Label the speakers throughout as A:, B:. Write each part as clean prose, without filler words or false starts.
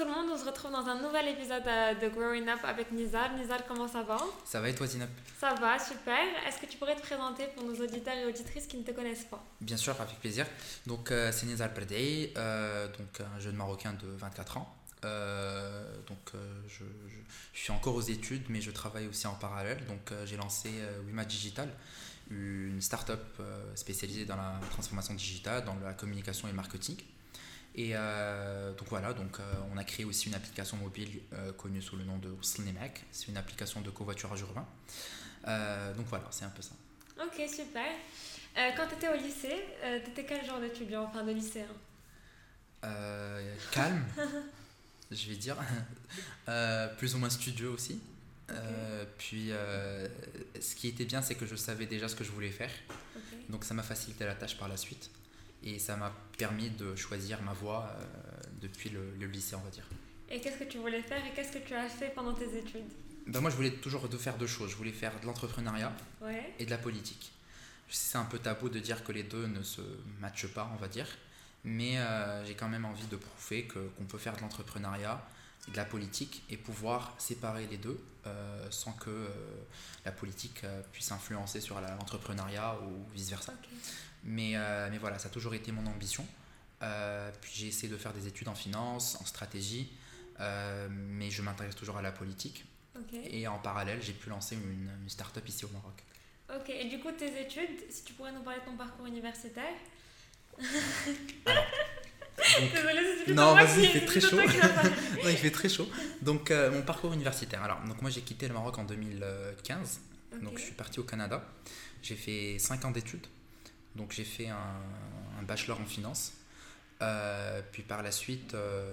A: le monde, on se retrouve dans un nouvel épisode de Growing Up avec Nizar. Nizar, comment ça va?
B: Ça va et toi, Zineb?
A: Ça va, super. Est-ce que tu pourrais te présenter pour nos auditeurs et auditrices qui ne te connaissent pas?
B: Bien sûr, avec plaisir. Donc, c'est Nizar Berdei, donc un jeune Marocain de 24 ans. Je suis encore aux études, mais je travaille aussi en parallèle. Donc, j'ai lancé Wima Digital, une start-up spécialisée dans la transformation digitale, dans la communication et le marketing. Et on a créé aussi une application mobile connue sous le nom de Slinimek. C'est une application de covoiturage urbain. Donc voilà, c'est un peu ça.
A: Ok, super. Quand tu étais au lycée, tu étais quel genre d'étudiant, enfin de lycéen?
B: Calme, je vais dire. Plus ou moins studieux aussi.
A: Ok.
B: Ce qui était bien, c'est que je savais déjà ce que je voulais faire.
A: Ok.
B: Donc ça m'a facilité la tâche par la suite. Et ça m'a permis de choisir ma voie depuis le lycée, on va dire.
A: Et qu'est-ce que tu voulais faire et qu'est-ce que tu as fait pendant tes études?
B: Ben moi, je voulais toujours faire deux choses. Je voulais faire de l'entrepreneuriat
A: Ouais.
B: et de la politique. Je sais, c'est un peu tabou de dire que les deux ne se matchent pas, on va dire. Mais j'ai quand même envie de prouver qu'on peut faire de l'entrepreneuriat et de la politique et pouvoir séparer les deux sans que la politique puisse influencer sur l'entrepreneuriat ou vice-versa.
A: Ok.
B: Mais voilà, ça a toujours été mon ambition. Puis j'ai essayé de faire des études en finance, en stratégie, mais je m'intéresse toujours à la politique.
A: Ok.
B: Et en parallèle, j'ai pu lancer une start-up ici au Maroc.
A: Ok. Et du coup, tes études, si tu pourrais nous parler de ton parcours universitaire.
B: Alors, donc,
A: Désolée, c'est plutôt
B: non,
A: moi
B: vas-y, il
A: qui,
B: fait
A: c'est
B: très
A: plutôt
B: chaud.
A: toi qui vas parler.
B: Non, il fait très chaud. Donc, mon parcours universitaire. Alors, donc moi, j'ai quitté le Maroc en 2015. Donc, je
A: Ok.
B: suis parti au Canada. J'ai fait 5 ans d'études. Donc, j'ai fait un bachelor en finance. Puis par la suite,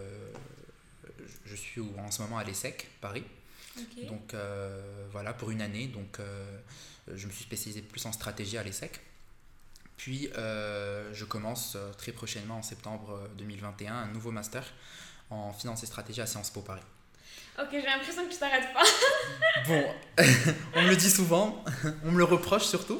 B: je suis en ce moment à l'ESSEC, Paris.
A: Ok.
B: Donc voilà, pour une année. Donc je me suis spécialisé plus en stratégie à l'ESSEC. Puis je commence très prochainement en septembre 2021 un nouveau master en finance et stratégie à Sciences Po Paris.
A: Ok, j'ai l'impression que tu t'arrêtes pas.
B: Bon, on me le dit souvent, on me le reproche surtout,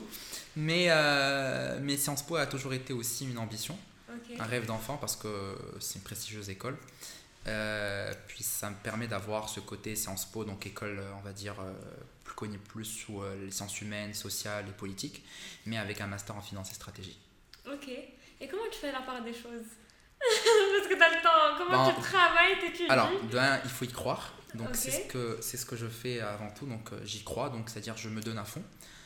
B: mais Sciences Po a toujours été aussi une ambition,
A: Ok.
B: un rêve d'enfant parce que c'est une prestigieuse école. Puis ça me permet d'avoir ce côté Sciences Po, donc école, on va dire, plus connue plus sous les sciences humaines, sociales et politiques, mais avec un master en finance et stratégie.
A: Ok. Et comment tu fais la part des choses? Parce que t'as le temps. Comment
B: Bon,
A: tu travailles,
B: alors,
A: t'étudies?
B: de un, il faut y croire, donc
A: Ok.
B: c'est ce que je fais avant tout, donc j'y crois, donc c'est-à-dire je me donne à fond.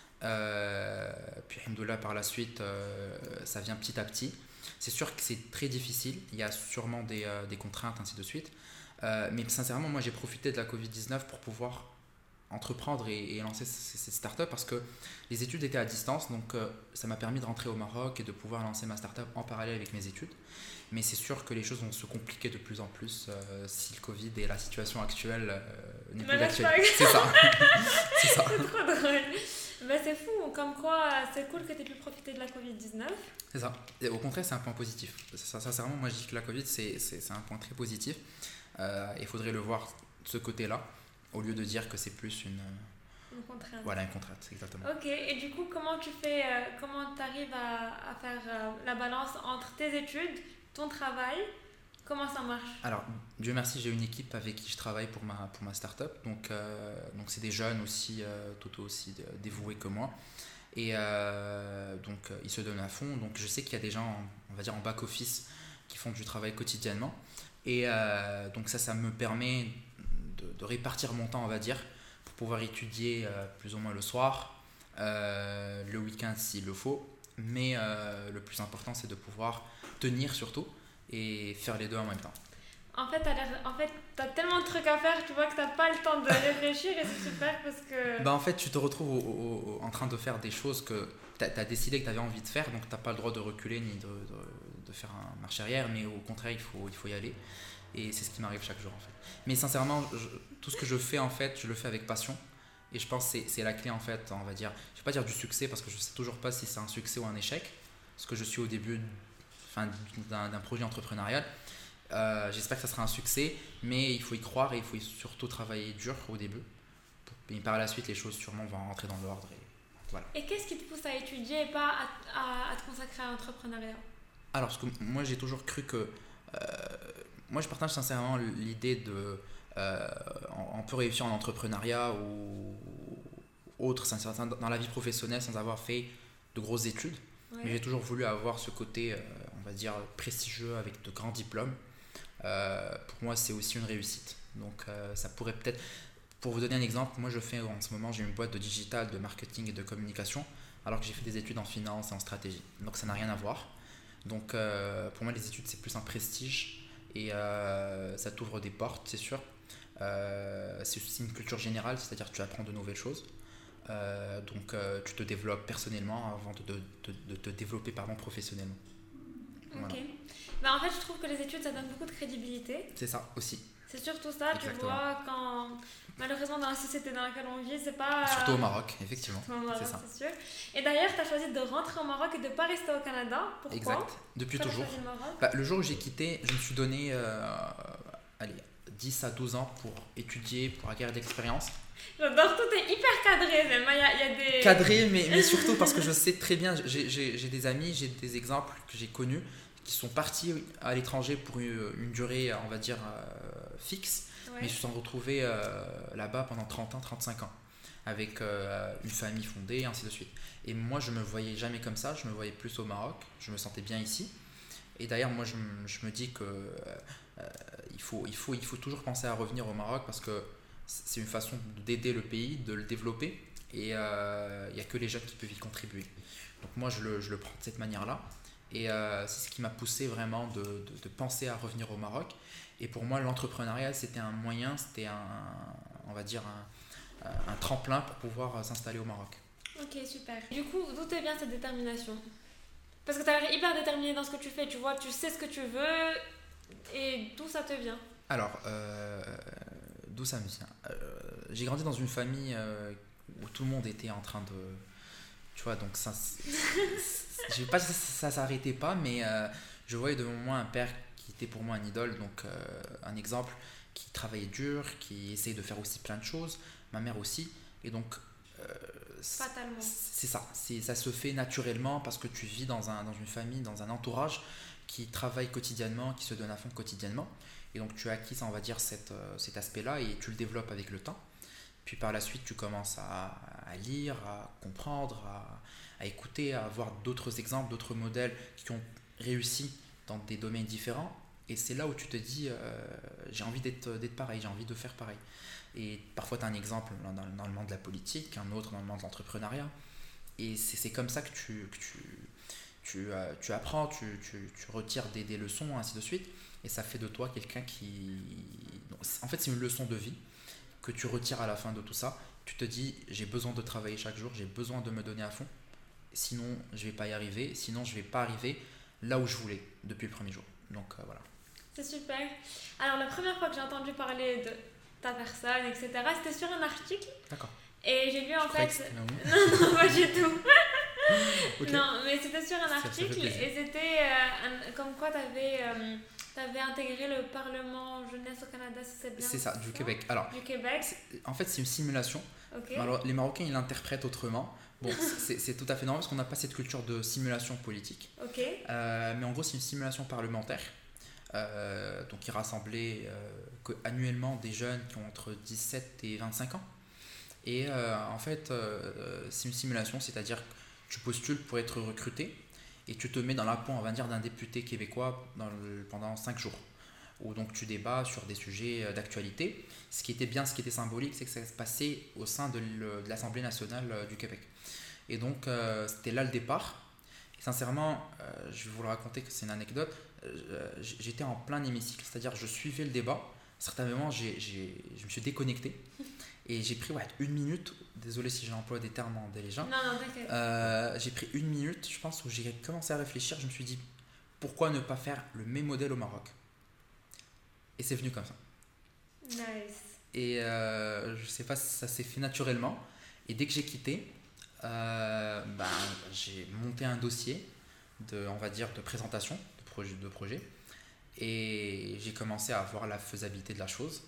B: Puis alhamdoulilah, par la suite, ça vient petit à petit. C'est sûr que c'est très difficile, il y a sûrement des contraintes, ainsi de suite. Mais sincèrement, moi j'ai profité de la Covid-19 pour pouvoir entreprendre et lancer cette start-up parce que les études étaient à distance, donc ça m'a permis de rentrer au Maroc et de pouvoir lancer ma start-up en parallèle avec mes études. Mais c'est sûr que les choses vont se compliquer de plus en plus si le Covid et la situation actuelle n'est
A: Ne
B: plus
A: lâche pas.
B: d'actualité. C'est ça, c'est ça.
A: C'est trop drôle. Bah, c'est fou. Comme quoi, c'est cool que t'aies pu profiter de la Covid-19.
B: C'est ça. Et au contraire, c'est un point positif. Sincèrement, moi je dis que la Covid, c'est un point très positif. Il faudrait le voir de ce côté-là, au lieu de dire que c'est plus
A: Une contrainte.
B: voilà, une contrainte, exactement.
A: Ok. Et du coup, comment tu fais, comment t'arrives à faire la balance entre tes études, ton travail? Comment ça marche?
B: Alors, Dieu merci, j'ai une équipe avec qui je travaille pour ma start-up. Donc c'est des jeunes aussi, tout aussi dévoués que moi. Et ils se donnent à fond. Donc, je sais qu'il y a des gens, on va dire, en back-office qui font du travail quotidiennement. Et donc, ça me permet de répartir mon temps, on va dire, pour pouvoir étudier plus ou moins le soir, le week-end s'il le faut. Mais le plus important, c'est de pouvoir tenir surtout et faire les deux en même temps.
A: En fait, t'as tellement de trucs à faire, tu vois que t'as pas le temps de réfléchir et c'est super parce que.
B: Bah en fait, tu te retrouves en train de faire des choses que tu as décidé que tu avais envie de faire, donc tu n'as pas le droit de reculer ni de faire un marche arrière, mais au contraire, il faut y aller. Et c'est ce qui m'arrive chaque jour en fait. Mais sincèrement, tout ce que je fais en fait, je le fais avec passion. Et je pense que c'est la clé en fait, on va dire. Je ne vais pas dire du succès parce que je ne sais toujours pas si c'est un succès ou un échec. Parce que je suis au début enfin, d'un projet entrepreneurial. J'espère que ça sera un succès, mais il faut y croire et il faut surtout travailler dur au début. Et par la suite, les choses sûrement vont rentrer dans l'ordre. Et voilà.
A: Et qu'est-ce qui te pousse à étudier et pas à te consacrer à l'entrepreneuriat?
B: Alors, parce que moi, j'ai toujours cru que moi je partage sincèrement l'idée de on peut réussir en entrepreneuriat ou autre dans la vie professionnelle sans avoir fait de grosses études.
A: Ouais.
B: Mais j'ai toujours voulu avoir ce côté, on va dire, prestigieux avec de grands diplômes. Pour moi, c'est aussi une réussite. Donc, ça pourrait peut-être. Pour vous donner un exemple, moi, je fais en ce moment, j'ai une boîte de digital, de marketing et de communication, alors que j'ai fait des études en finance et en stratégie. Donc, ça n'a rien à voir. Donc, pour moi, les études, c'est plus un prestige et ça t'ouvre des portes, c'est sûr. C'est aussi une culture générale, c'est-à-dire que tu apprends de nouvelles choses. Tu te développes personnellement avant de te développer professionnellement.
A: Ok.
B: Voilà.
A: Bah, en fait, je trouve que les études, ça donne beaucoup de crédibilité.
B: C'est ça aussi.
A: C'est surtout ça, tu
B: Exactement.
A: vois, quand malheureusement dans la société dans laquelle on vit, c'est pas...
B: Surtout au Maroc, effectivement.
A: Surtout au Maroc,
B: C'est ça.
A: c'est sûr. Et d'ailleurs, tu as choisi de rentrer au Maroc et de ne pas rester au Canada. Pourquoi?
B: Exact. Depuis
A: Pourquoi
B: toujours.
A: t'as choisi le Maroc?
B: Le jour où j'ai quitté, je me suis donné allez, 10 à 12 ans pour étudier, pour acquérir de l'expérience.
A: J'adore, tout est hyper cadré même. Il y a des...
B: Cadré, mais surtout parce que je sais très bien, j'ai des amis, j'ai des exemples que j'ai connus qui sont partis à l'étranger pour une durée, on va dire, fixe,
A: Ouais.
B: mais ils se sont retrouvés là-bas pendant 30 ans, 35 ans, avec une famille fondée, et ainsi de suite. Et moi, je me voyais jamais comme ça, je me voyais plus au Maroc, je me sentais bien ici. Et d'ailleurs, moi, je me dis que il faut toujours penser à revenir au Maroc parce que c'est une façon d'aider le pays, de le développer, et il n'y a que les jeunes qui peuvent y contribuer. Donc moi, je le prends de cette manière-là. Et c'est ce qui m'a poussé vraiment de penser à revenir au Maroc. Et pour moi, l'entrepreneuriat, c'était un moyen, c'était on va dire un tremplin pour pouvoir s'installer au Maroc.
A: Ok, super. Du coup, d'où te vient cette détermination? Parce que tu as l'air hyper déterminé dans ce que tu fais, tu vois, tu sais ce que tu veux, et d'où ça te vient?
B: Alors, d'où ça me vient? J'ai grandi dans une famille où tout le monde était en train de... Tu vois, donc ça... Je vais pas dire que ça s'arrêtait pas, mais je voyais devant moi un père qui était pour moi un idole, donc un exemple, qui travaillait dur, qui essayait de faire aussi plein de choses, ma mère aussi, et donc
A: Fatalement.
B: c'est ça, ça se fait naturellement parce que tu vis dans une famille, dans un entourage qui travaille quotidiennement, qui se donne à fond quotidiennement, et donc tu as acquis, ça, on va dire, cet aspect-là, et tu le développes avec le temps. Puis par la suite, tu commences à lire, à comprendre, à écouter, à voir d'autres exemples, d'autres modèles qui ont réussi dans des domaines différents. Et c'est là où tu te dis, j'ai envie d'être pareil, j'ai envie de faire pareil. Et parfois, tu as un exemple dans le monde de la politique, un autre dans le monde de l'entrepreneuriat. Et c'est comme ça que tu apprends, tu retires des leçons, ainsi de suite. Et ça fait de toi quelqu'un qui... En fait, c'est une leçon de vie que tu retires à la fin de tout ça. Tu te dis, j'ai besoin de travailler chaque jour, j'ai besoin de me donner à fond. Sinon, je ne vais pas y arriver. Sinon, je ne vais pas arriver là où je voulais depuis le premier jour. Donc, voilà.
A: C'est super. Alors, la première fois que j'ai entendu parler de ta personne, etc., c'était sur un article.
B: D'accord.
A: Et j'ai lu en fait...
B: Non,
A: non, pas du tout.
B: Okay.
A: Non, mais c'était sur un
B: Ça
A: article
B: fait plaisir.
A: et c'était comme quoi tu avais intégré le Parlement jeunesse au Canada, si c'est bien.
B: C'est ça, du Québec. Alors,
A: du Québec.
B: en fait, c'est une simulation.
A: Ok.
B: Alors, les Marocains, ils l'interprètent autrement. Bon, c'est tout à fait normal parce qu'on n'a pas cette culture de simulation politique.
A: Ok.
B: Mais en gros, c'est une simulation parlementaire. Donc, qui rassemblait annuellement des jeunes qui ont entre 17 et 25 ans. Et en fait, c'est une simulation, c'est-à-dire que tu postules pour être recruté et tu te mets dans la peau, on va dire, d'un député québécois pendant 5 jours. Où donc tu débats sur des sujets d'actualité. Ce qui était bien, ce qui était symbolique, c'est que ça se passait au sein de l'Assemblée nationale du Québec. Et donc, c'était là le départ. Et sincèrement, je vais vous le raconter, que c'est une anecdote. J'étais en plein hémicycle, c'est-à-dire je suivais le débat. À certains moments, je me suis déconnecté. Et j'ai pris une minute, désolé si j'emploie des termes délégiants.
A: Non, t'inquiète.
B: J'ai pris une minute, je pense, où j'ai commencé à réfléchir. Je me suis dit, pourquoi ne pas faire le même modèle au Maroc? Et c'est venu comme ça.
A: Nice.
B: Et je sais pas si ça s'est fait naturellement. Et dès que j'ai quitté, j'ai monté un dossier on va dire, de présentation de projet. Et j'ai commencé à voir la faisabilité de la chose.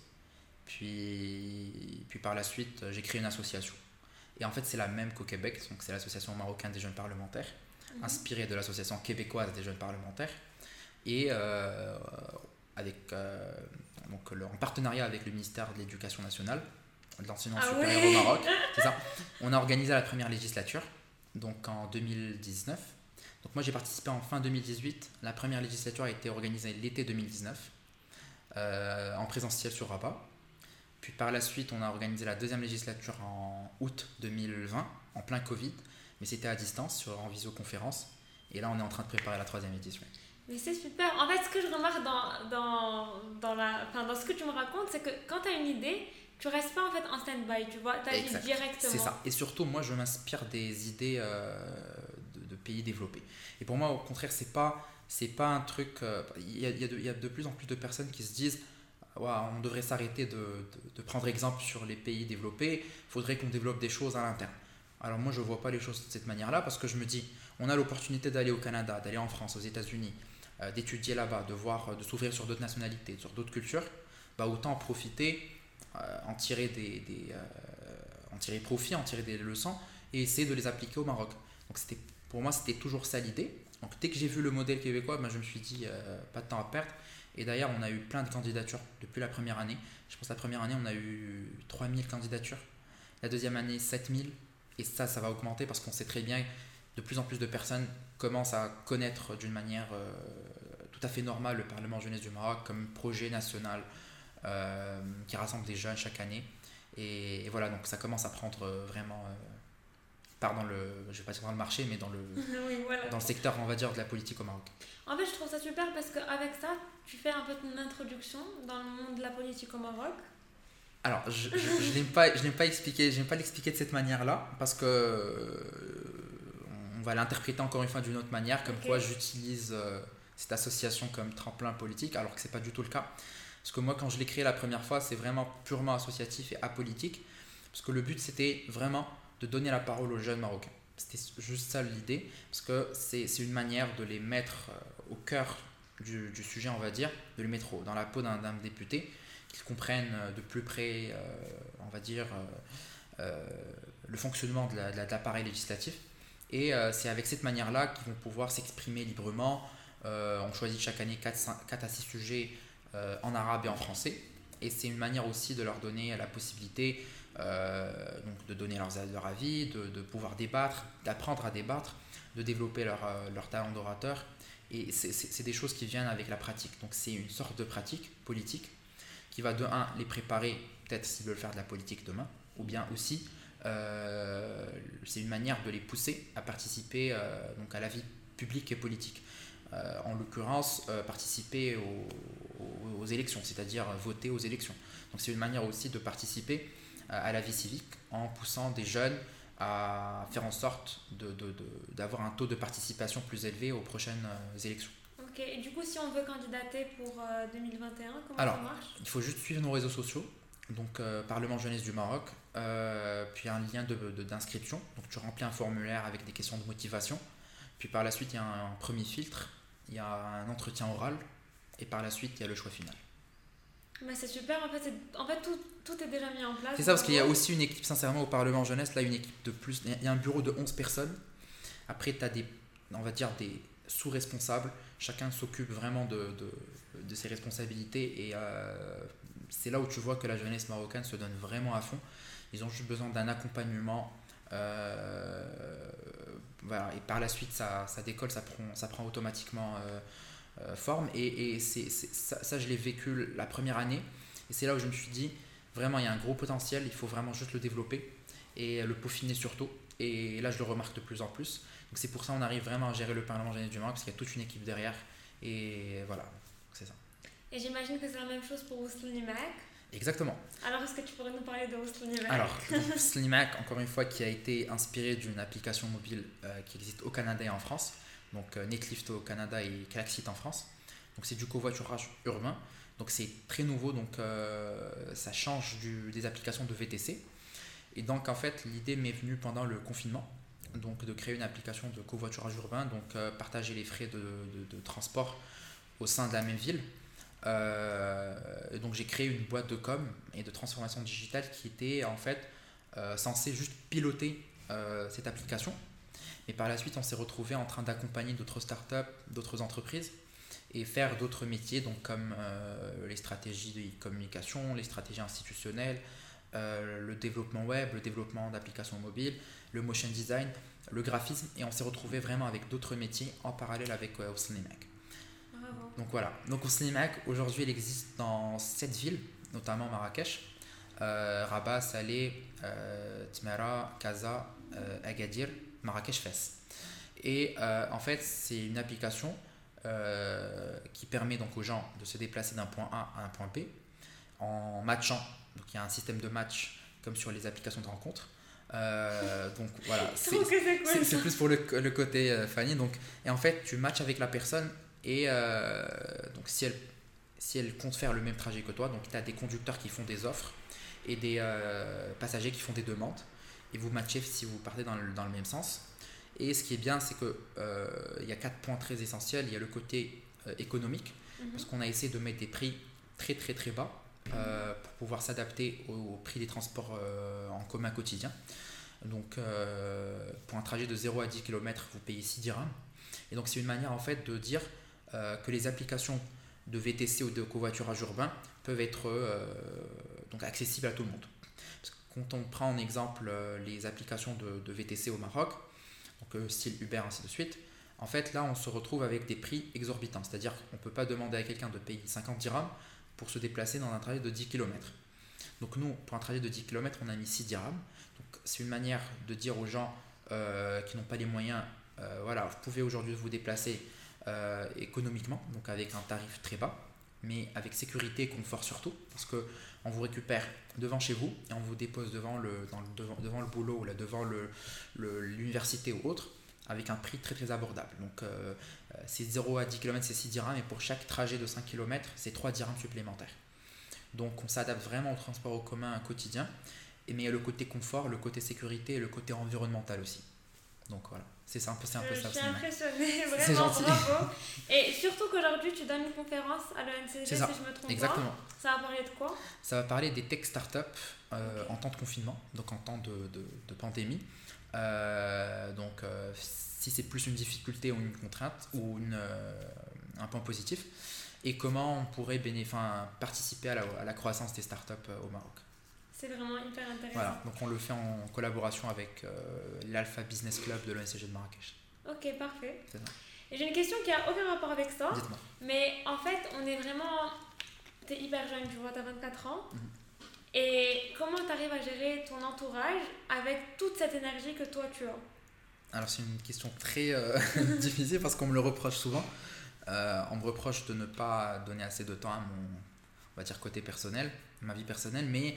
B: Puis par la suite, j'ai créé une association. Et en fait, c'est la même qu'au Québec. Donc, c'est l'association marocaine des jeunes parlementaires, inspirée de l'association québécoise des jeunes parlementaires. Et en partenariat avec le ministère de l'Éducation nationale, de l'enseignement supérieur au Maroc. C'est ça. On a organisé la première législature, donc en 2019. Donc moi j'ai participé en fin 2018. La première législature a été organisée l'été 2019, en présentiel sur Rabat. Puis par la suite, on a organisé la deuxième législature en août 2020, en plein Covid, mais c'était à distance, en visioconférence. Et là, on est en train de préparer la troisième édition.
A: Mais c'est super. En fait, ce que je remarque dans ce que tu me racontes, c'est que quand tu as une idée, tu restes pas en fait en stand-by, tu vois, tu agis directement.
B: C'est ça. Et surtout, moi, je m'inspire des idées de pays développés. Et pour moi, au contraire, c'est pas un truc. Il y a de plus en plus de personnes qui se disent on devrait s'arrêter de prendre exemple sur les pays développés, il faudrait qu'on développe des choses à l'interne. Alors moi, je ne vois pas les choses de cette manière-là parce que je me dis, on a l'opportunité d'aller au Canada, d'aller en France, aux États-Unis, d'étudier là-bas, de s'ouvrir sur d'autres nationalités, sur d'autres cultures, autant en profiter, en tirer en tirer profit, en tirer des leçons et essayer de les appliquer au Maroc. Donc pour moi, c'était toujours ça l'idée. Donc dès que j'ai vu le modèle québécois, je me suis dit, pas de temps à perdre. Et d'ailleurs, on a eu plein de candidatures depuis la première année. Je pense que la première année, on a eu 3000 candidatures. La deuxième année, 7000. Et ça va augmenter parce qu'on sait très bien que de plus en plus de personnes commencent à connaître d'une manière tout à fait normale le Parlement jeunesse du Maroc comme projet national qui rassemble des jeunes chaque année. Et voilà, donc ça commence à prendre vraiment, je ne vais pas dire dans le marché, mais dans le secteur, on va dire, de la politique au Maroc.
A: En fait, je trouve ça super parce qu'avec ça, tu fais un peu une introduction dans le monde de la politique au Maroc.
B: Alors, je n'aime pas l'expliquer de cette manière-là parce que on va l'interpréter encore une fois d'une autre manière, comme quoi j'utilise cette association comme tremplin politique, alors que c'est pas du tout le cas. Parce que moi, quand je l'ai créé la première fois, c'est vraiment purement associatif et apolitique, parce que le but c'était vraiment de donner la parole aux jeunes Marocains. C'était juste ça l'idée, parce que c'est une manière de les mettre au cœur du sujet, on va dire, de les mettre dans la peau d'un député, qu'ils comprennent de plus près, on va dire, le fonctionnement de l'appareil législatif. Et c'est avec cette manière-là qu'ils vont pouvoir s'exprimer librement. On choisit chaque année 4 à 6 sujets en arabe et en français. Et c'est une manière aussi de leur donner la possibilité donc de donner leur avis, de pouvoir débattre, d'apprendre à débattre, de développer leur talent d'orateur. Et c'est des choses qui viennent avec la pratique. Donc c'est une sorte de pratique politique qui va de un les préparer, peut-être s'ils veulent faire de la politique demain, ou bien aussi c'est une manière de les pousser à participer donc à la vie publique et politique. En l'occurrence, participer aux élections, c'est-à-dire voter aux élections. Donc c'est une manière aussi de participer à la vie civique en poussant des jeunes à faire en sorte d'avoir un taux de participation plus élevé aux prochaines élections.
A: Ok, et du coup, si on veut candidater pour 2021, comment
B: ça
A: marche ?
B: Il faut juste suivre nos réseaux sociaux, donc Parlement jeunesse du Maroc, puis un lien d'inscription. Donc tu remplis un formulaire avec des questions de motivation, puis par la suite il y a un premier filtre, il y a un entretien oral, et par la suite il y a le choix final.
A: Mais c'est super, en fait tout est déjà mis en place.
B: C'est ça, parce qu'il y a aussi une équipe, sincèrement, au Parlement jeunesse, là une équipe de plus, il y a un bureau de 11 personnes. Après tu as des sous-responsables, chacun s'occupe vraiment de ses responsabilités, et c'est là où tu vois que la jeunesse marocaine se donne vraiment à fond. Ils ont juste besoin d'un accompagnement, voilà, et par la suite ça décolle, ça prend automatiquement forme, et ça je l'ai vécu la première année, et c'est là où je me suis dit vraiment il y a un gros potentiel, il faut vraiment juste le développer et le peaufiner surtout, et là je le remarque de plus en plus. Donc c'est pour ça qu'on arrive vraiment à gérer le Parlement jeunesse du Maroc, parce qu'il y a toute une équipe derrière, et voilà, c'est ça.
A: Et j'imagine que c'est la même chose pour Ouslimak.
B: Exactement.
A: Alors est-ce que tu pourrais nous parler de Ouslimak ?
B: Alors Ouslimak, encore une fois, qui a été inspiré d'une application mobile qui existe au Canada et en France, donc Netlift au Canada et Klaxit en France. Donc c'est du covoiturage urbain, donc c'est très nouveau, donc ça change des applications de VTC. Et donc en fait l'idée m'est venue pendant le confinement, donc de créer une application de covoiturage urbain, donc partager les frais de transport au sein de la même ville. Donc j'ai créé une boîte de com et de transformation digitale qui était en fait censée juste piloter cette application. Mais par la suite on s'est retrouvé en train d'accompagner d'autres startups, d'autres entreprises, et faire d'autres métiers, donc comme les stratégies de communication, les stratégies institutionnelles, le développement web, le développement d'applications mobiles, le motion design, le graphisme, et on s'est retrouvé vraiment avec d'autres métiers en parallèle avec Ouslimac.
A: Bravo.
B: Donc voilà, donc Ouslimac aujourd'hui il existe dans 7 villes, notamment Marrakech, Rabat, Salé, Tmera, Casa, Agadir, Marrakech, Fès. Et en fait c'est une application qui permet donc aux gens de se déplacer d'un point A à un point B en matchant. Donc il y a un système de match comme sur les applications de rencontres. Donc voilà, c'est plus pour le côté Fanny. Donc, et en fait, tu matches avec la personne et donc si elle compte faire le même trajet que toi, donc tu as des conducteurs qui font des offres et des passagers qui font des demandes et vous matchez si vous partez dans le même sens. Et ce qui est bien, c'est que il y a 4 points très essentiels. Il y a le côté économique, parce qu'on a essayé de mettre des prix très très très bas pour pouvoir s'adapter au prix des transports en commun quotidien. Donc pour un trajet de 0 à 10 km, vous payez 6 dirhams. Et donc c'est une manière en fait de dire que les applications de VTC ou de covoiturage urbain peuvent être donc accessibles à tout le monde. Parce que quand on prend en exemple les applications de VTC au Maroc, donc style Uber, ainsi de suite, en fait là on se retrouve avec des prix exorbitants. C'est-à-dire qu'on ne peut pas demander à quelqu'un de payer 50 dirhams pour se déplacer dans un trajet de 10 km. Donc nous, pour un trajet de 10 km, on a mis 6 dirhams. Donc c'est une manière de dire aux gens qui n'ont pas les moyens, voilà, vous pouvez aujourd'hui vous déplacer économiquement, donc avec un tarif très bas, mais avec sécurité et confort surtout, parce qu'on vous récupère devant chez vous et on vous dépose devant le boulot ou là, devant l'université ou autre, avec un prix très très abordable. Donc c'est 0 à 10 km, c'est 6 dirhams, et pour chaque trajet de 5 km, c'est 3 dirhams supplémentaires. Donc on s'adapte vraiment au transport au commun quotidien, mais il y a le côté confort, le côté sécurité et le côté environnemental aussi. Donc voilà, c'est un peu ça.
A: Je suis impressionnée, vraiment bravo. Et surtout qu'aujourd'hui tu donnes une conférence à l'ENCG, si je me trompe
B: exactement.
A: Pas. Ça va parler de quoi?
B: Ça va parler des tech startups en temps de confinement, donc en temps de pandémie. Si c'est plus une difficulté ou une contrainte ou un point positif, et comment on pourrait participer à la croissance des startups au Maroc.
A: C'est vraiment hyper intéressant.
B: Voilà, donc on le fait en collaboration avec l'Alpha Business Club de l'ENCG de Marrakech.
A: Ok, parfait. Et j'ai une question qui n'a aucun rapport avec ça.
B: Dites-moi.
A: Mais en fait, on est vraiment... T'es hyper jeune, tu vois, t'as 24 ans. Et comment tu arrives à gérer ton entourage avec toute cette énergie que toi tu as?
B: Alors c'est une question très difficile parce qu'on me le reproche souvent. On me reproche de ne pas donner assez de temps à mon, on va dire, côté personnel, ma vie personnelle, mais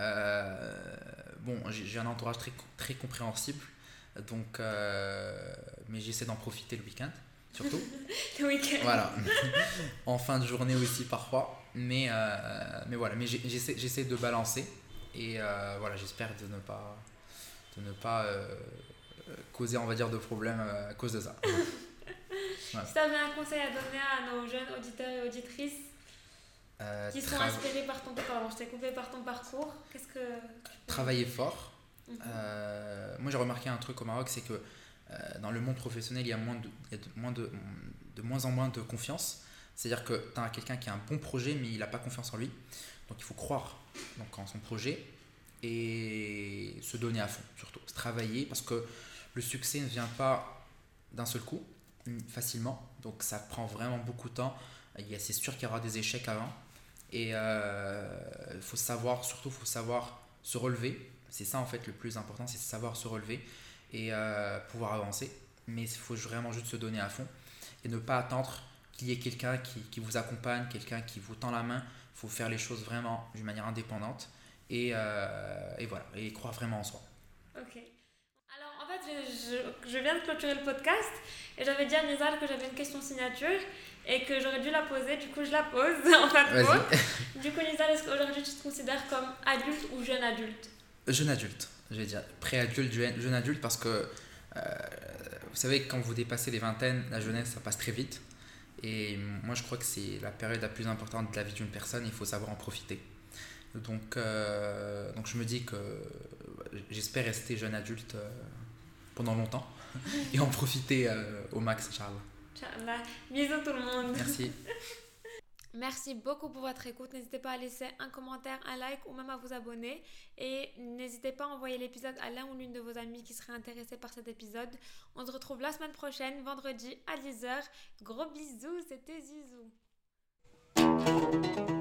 B: j'ai un entourage très, très compréhensible, donc, mais j'essaie d'en profiter le week-end, surtout.
A: Le week-end.
B: Voilà, en fin de journée aussi parfois, mais voilà, mais j'essaie de balancer, et voilà, j'espère de ne pas causer, on va dire, de problèmes à cause de ça.
A: Voilà. Si tu avais un conseil à donner à nos jeunes auditeurs et auditrices qui sont inspirés par ton parcours, je t'ai coupé par ton parcours, qu'est-ce que
B: travailler fort. Moi j'ai remarqué un truc au Maroc, c'est que dans le monde professionnel il y a de moins en moins de confiance. C'est-à-dire que tu as quelqu'un qui a un bon projet mais il n'a pas confiance en lui, donc il faut croire en son projet et se donner à fond, surtout travailler, parce que le succès ne vient pas d'un seul coup facilement, donc ça prend vraiment beaucoup de temps. C'est sûr qu'il y aura des échecs avant, et faut savoir se relever. C'est ça en fait le plus important, c'est savoir se relever et pouvoir avancer, mais il faut vraiment juste se donner à fond et ne pas attendre qu'il y ait quelqu'un qui vous accompagne, quelqu'un qui vous tend la main. Il faut faire les choses vraiment d'une manière indépendante et voilà, et croire vraiment en soi.
A: Ok. Alors en fait, je viens de clôturer le podcast et j'avais dit à Nizar que j'avais une question signature et que j'aurais dû la poser, du coup je la pose en fin de compte. Du coup Nizar, est-ce qu'aujourd'hui tu te considères comme adulte ou jeune adulte?
B: Jeune adulte, je vais dire pré-adulte, jeune adulte, parce que vous savez, quand vous dépassez les vingtaines, la jeunesse ça passe très vite, et moi je crois que c'est la période la plus importante de la vie d'une personne, il faut savoir en profiter. Donc je me dis que j'espère rester jeune adulte pendant longtemps et en profiter au max, Inch'Allah.
A: Inch'Allah. Bisous tout le monde.
B: Merci.
A: Merci beaucoup pour votre écoute. N'hésitez pas à laisser un commentaire, un like ou même à vous abonner. Et n'hésitez pas à envoyer l'épisode à l'un ou l'une de vos amis qui serait intéressé par cet épisode. On se retrouve la semaine prochaine, vendredi à 10h. Gros bisous, c'était Zizou.